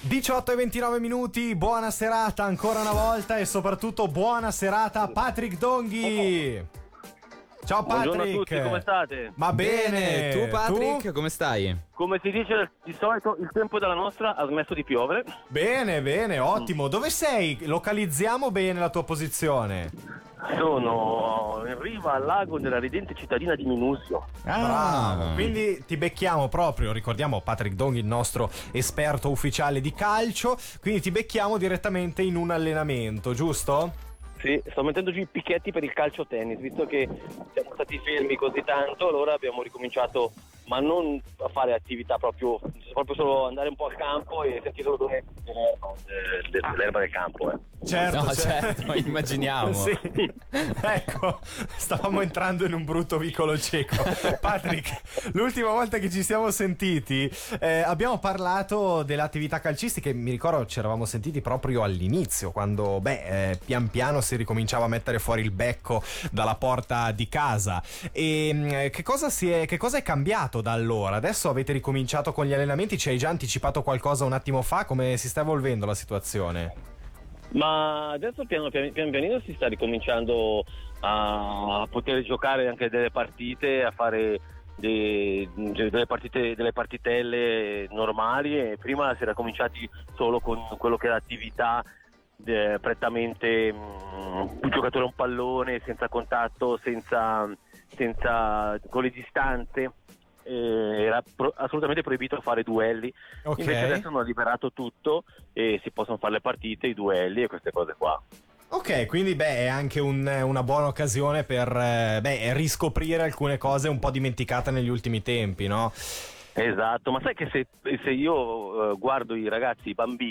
18 e 29 minuti, buona serata ancora una volta e soprattutto buona serata a Patrick Donghi. Ciao Patrick. Buongiorno a tutti, come state? Ma bene, tu Patrick, come stai? Come si dice di solito, il tempo della nostra ha smesso di piovere. Bene, ottimo. Dove sei? Localizziamo bene la tua posizione. Sono in riva al lago della ridente cittadina di Minusio. Bravo, quindi ti becchiamo proprio, ricordiamo Patrick Donghi, il nostro esperto ufficiale di calcio, quindi ti becchiamo direttamente in un allenamento, giusto? Sì, sto mettendo giù i picchetti per il calcio tennis, visto che siamo stati fermi così tanto, allora abbiamo ricominciato, ma non a fare attività proprio solo andare un po' al campo e sentire l'odore dell'erba del campo. Certo, immaginiamo. Sì. Ecco, stavamo entrando in un brutto vicolo cieco. Patrick, l'ultima volta che ci siamo sentiti abbiamo parlato delle attività calcistiche. Mi ricordo ci eravamo sentiti proprio all'inizio, quando pian piano si ricominciava a mettere fuori il becco dalla porta di casa. E che cosa è cambiato da allora? Adesso avete ricominciato con gli allenamenti, ci hai già anticipato qualcosa un attimo fa? Come si sta evolvendo la situazione? Ma adesso pian pianino si sta ricominciando a poter giocare anche delle partite, a fare delle partitelle normali, e prima si era cominciati solo con quello che era attività prettamente un giocatore a un pallone, senza contatto, senza con le distanze. Era assolutamente proibito fare duelli. Okay. Invece adesso hanno liberato tutto e si possono fare le partite, i duelli e queste cose qua. Ok, quindi è anche una buona occasione per riscoprire alcune cose un po' dimenticate negli ultimi tempi, no? Esatto, ma sai che se io guardo i ragazzi,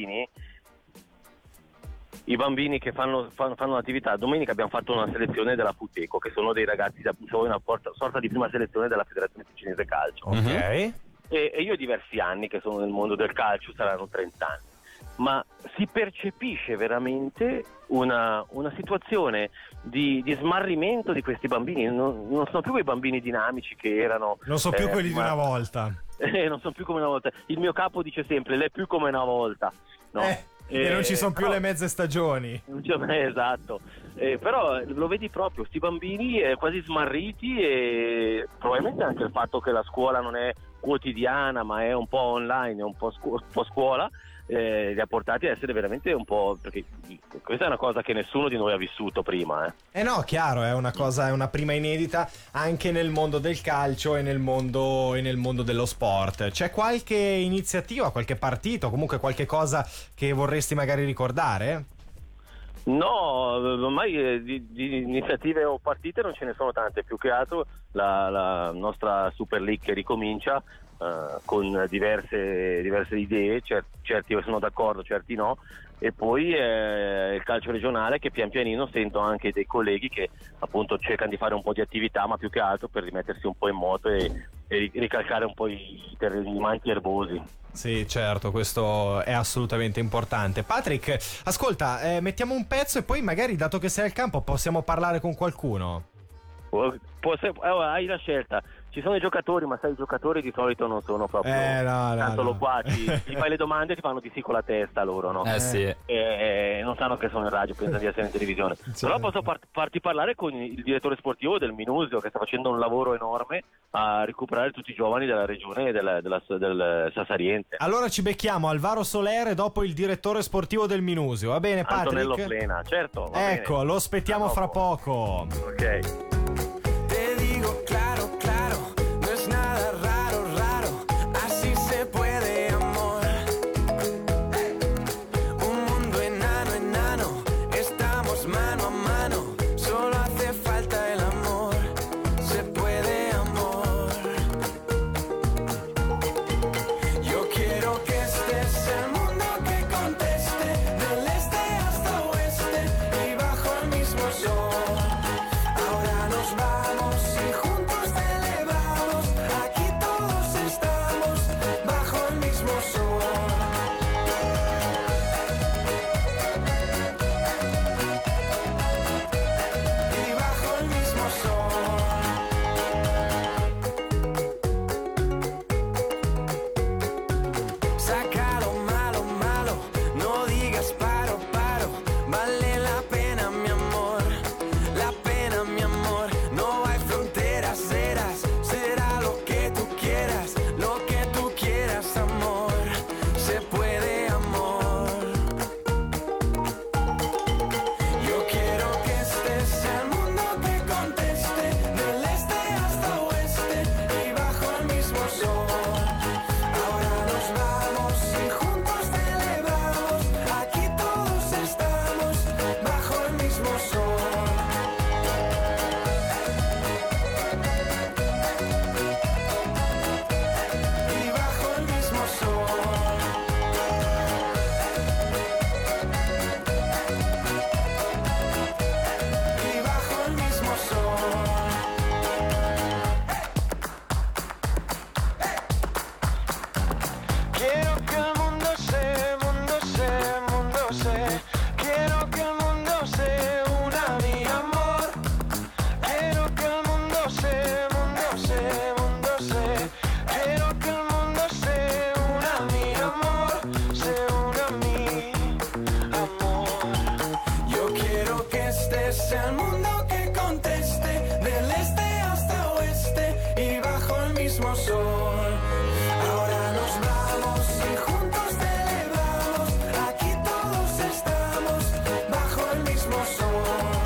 i bambini che fanno l'attività, domenica abbiamo fatto una selezione della Futeco, che sono dei ragazzi sono una sorta di prima selezione della Federazione Ticinese Calcio. Ok. E io diversi anni che sono nel mondo del calcio, saranno 30 anni, ma si percepisce veramente una situazione di smarrimento di questi bambini. Non sono più quei bambini dinamici che erano. Non sono più quelli di una volta. Non sono più come una volta. Il mio capo dice sempre: lei è più come una volta, no? E non ci sono più le mezze stagioni. Esatto, però lo vedi proprio, sti bambini quasi smarriti, e probabilmente anche il fatto che la scuola non è quotidiana ma è un po' online, è un po' scuola, li ha portati a essere veramente un po', perché questa è una cosa che nessuno di noi ha vissuto prima. No, chiaro, è una prima inedita anche nel mondo del calcio e nel mondo dello sport. C'è qualche iniziativa, qualche partito, comunque qualche cosa che vorresti magari ricordare? No, ormai di iniziative o partite non ce ne sono tante, più che altro la nostra Super League che ricomincia con diverse idee, certi sono d'accordo, certi no, e poi il calcio regionale, che pian pianino sento anche dei colleghi che appunto cercano di fare un po' di attività, ma più che altro per rimettersi un po' in moto e ricalcare un po' i manti erbosi. Sì, certo, questo è assolutamente importante. Patrick, ascolta, mettiamo un pezzo e poi magari, dato che sei al campo, possiamo parlare con qualcuno. Hai la scelta. Ci sono i giocatori, ma sai, i giocatori di solito non sono proprio tanto loquaci. Gli fai le domande e ti fanno di sì con la testa loro, no? Sì. Non sanno che sono in radio, pensano di essere in televisione. Però posso farti parlare con il direttore sportivo del Minusio, che sta facendo un lavoro enorme a recuperare tutti i giovani della regione e del Sassariense. Allora ci becchiamo Alvaro Soler dopo il direttore sportivo del Minusio, va bene Patrick? Antonello Plena, certo. Ecco, bene. Lo aspettiamo fra poco. Ok. Te digo claro, claro, no es nada raro, raro, así se puede, amor. Un mundo enano, enano, estamos mano a mano, solo hace falta el amor, se puede, amor. Yo quiero que estés el mundo que conteste, del este hasta oeste y bajo el mismo sol. Ahora y juntos celebramos. Aquí todos estamos bajo el mismo sol. Y bajo el mismo sol. Y bajo el mismo sol. Quiero que el mundo se, mundo se, mundo se. Quiero que el mundo se una mi amor. Quiero que el mundo se, mundo se, mundo se. Quiero que el mundo se una mi amor, se una mi amor. Yo quiero que este sea el mundo que conteste, del este hasta oeste y bajo el mismo sol. Ahora nos vamos y juntos celebramos. Aquí todos estamos bajo el mismo sol.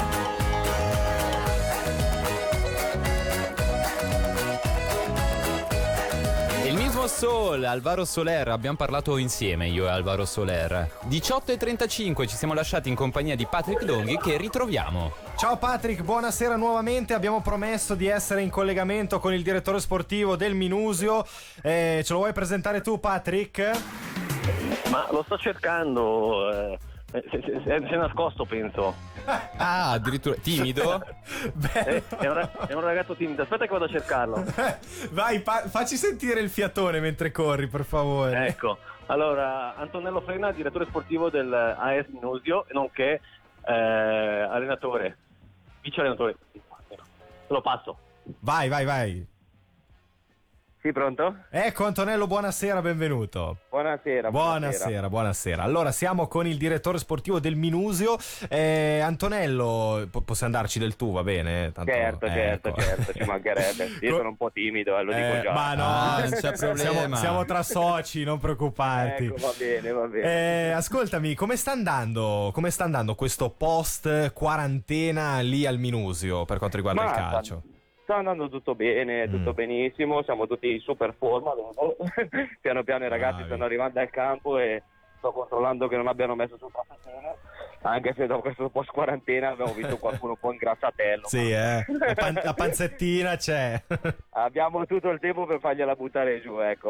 Il mismo Sol, Alvaro Soler, abbiamo parlato insieme io e Alvaro Soler. 18:35 ci siamo lasciati in compagnia di Patrick Longhi che ritroviamo. Ciao Patrick, buonasera nuovamente. Abbiamo promesso di essere in collegamento con il direttore sportivo del Minusio. Ce lo vuoi presentare tu, Patrick? Ma lo sto cercando, si è nascosto, penso. Ah, addirittura timido? Beh, È un ragazzo timido, aspetta che vado a cercarlo. vai, facci sentire il fiatone mentre corri, per favore. Ecco, allora, Antonello Frena, direttore sportivo del AS Minusio, nonché allenatore, vice allenatore. Lo passo. Vai. Sì, pronto? Ecco Antonello, buonasera, benvenuto. Buonasera. Allora, siamo con il direttore sportivo del Minusio. Antonello, possiamo darci del tu, va bene? Tanto, Certo, ci mancherebbe. Io sono un po' timido, lo dico già. Ma no, non c'è problema. siamo tra soci, non preoccuparti. Ecco, va bene. Ascoltami, come sta andando questo post quarantena lì al Minusio per quanto riguarda il calcio? Sta andando tutto bene, tutto benissimo, siamo tutti in super forma. Piano piano i ragazzi stanno arrivando al campo e sto controllando che non abbiano messo sul patatino, anche se dopo questo post quarantena abbiamo visto qualcuno un po' ingrassatello. Sì, la panzettina c'è. Abbiamo tutto il tempo per fargliela buttare giù, ecco.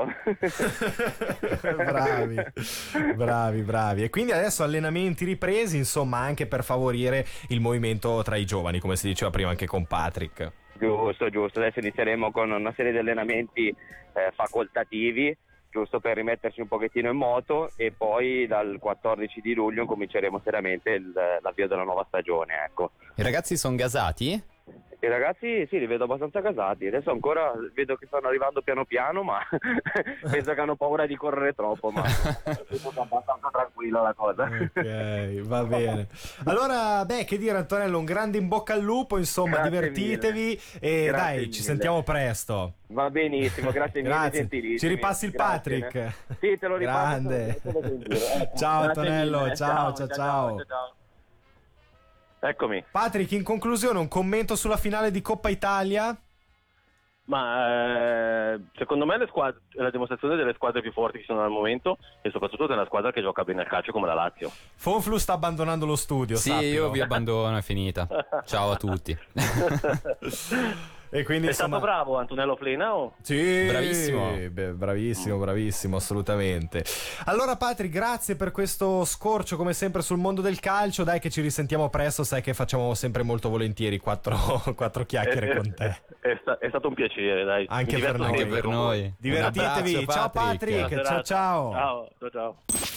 bravi. E quindi adesso allenamenti ripresi, insomma, anche per favorire il movimento tra i giovani, come si diceva prima anche con Patrick. Giusto, adesso inizieremo con una serie di allenamenti facoltativi, giusto per rimetterci un pochettino in moto, e poi dal 14 di luglio cominceremo seriamente l'avvio della nuova stagione, ecco. I ragazzi sono gasati? I ragazzi sì, li vedo abbastanza casati, adesso ancora vedo che stanno arrivando piano piano, ma penso che hanno paura di correre troppo, ma è abbastanza tranquilla la cosa. Ok, va bene. Allora, che dire Antonello, un grande in bocca al lupo, insomma, Grazie divertitevi mille. e Grazie dai, mille. ci sentiamo presto. Va benissimo, grazie mille, Grazie. gentilissimi. Ci ripassi il Grazie. Patrick? Sì, te lo ripasso. Grande. te lo sentire. Ciao, Grazie Antonello, mille. ciao. Eccomi. Patrick, in conclusione un commento sulla finale di Coppa Italia? Ma secondo me è la dimostrazione delle squadre più forti che sono al momento, e soprattutto della squadra che gioca bene al calcio come la Lazio. Fonflu sta abbandonando lo studio, Sì, sappilo. io vi abbandono, è finita. Ciao a tutti. E quindi, È insomma... stato bravo Antonello Frena? Sì, Bravissimo. bravissimo, assolutamente. Allora Patrick, grazie per questo scorcio come sempre sul mondo del calcio. Dai che ci risentiamo presto, sai che facciamo sempre molto volentieri quattro chiacchiere con te. È stato un piacere, dai. Anche Mi per diverto noi. sempre Per con voi. noi. Divertitevi. Un abbraccio, Ciao Patrick, Buona serata. ciao. Ciao.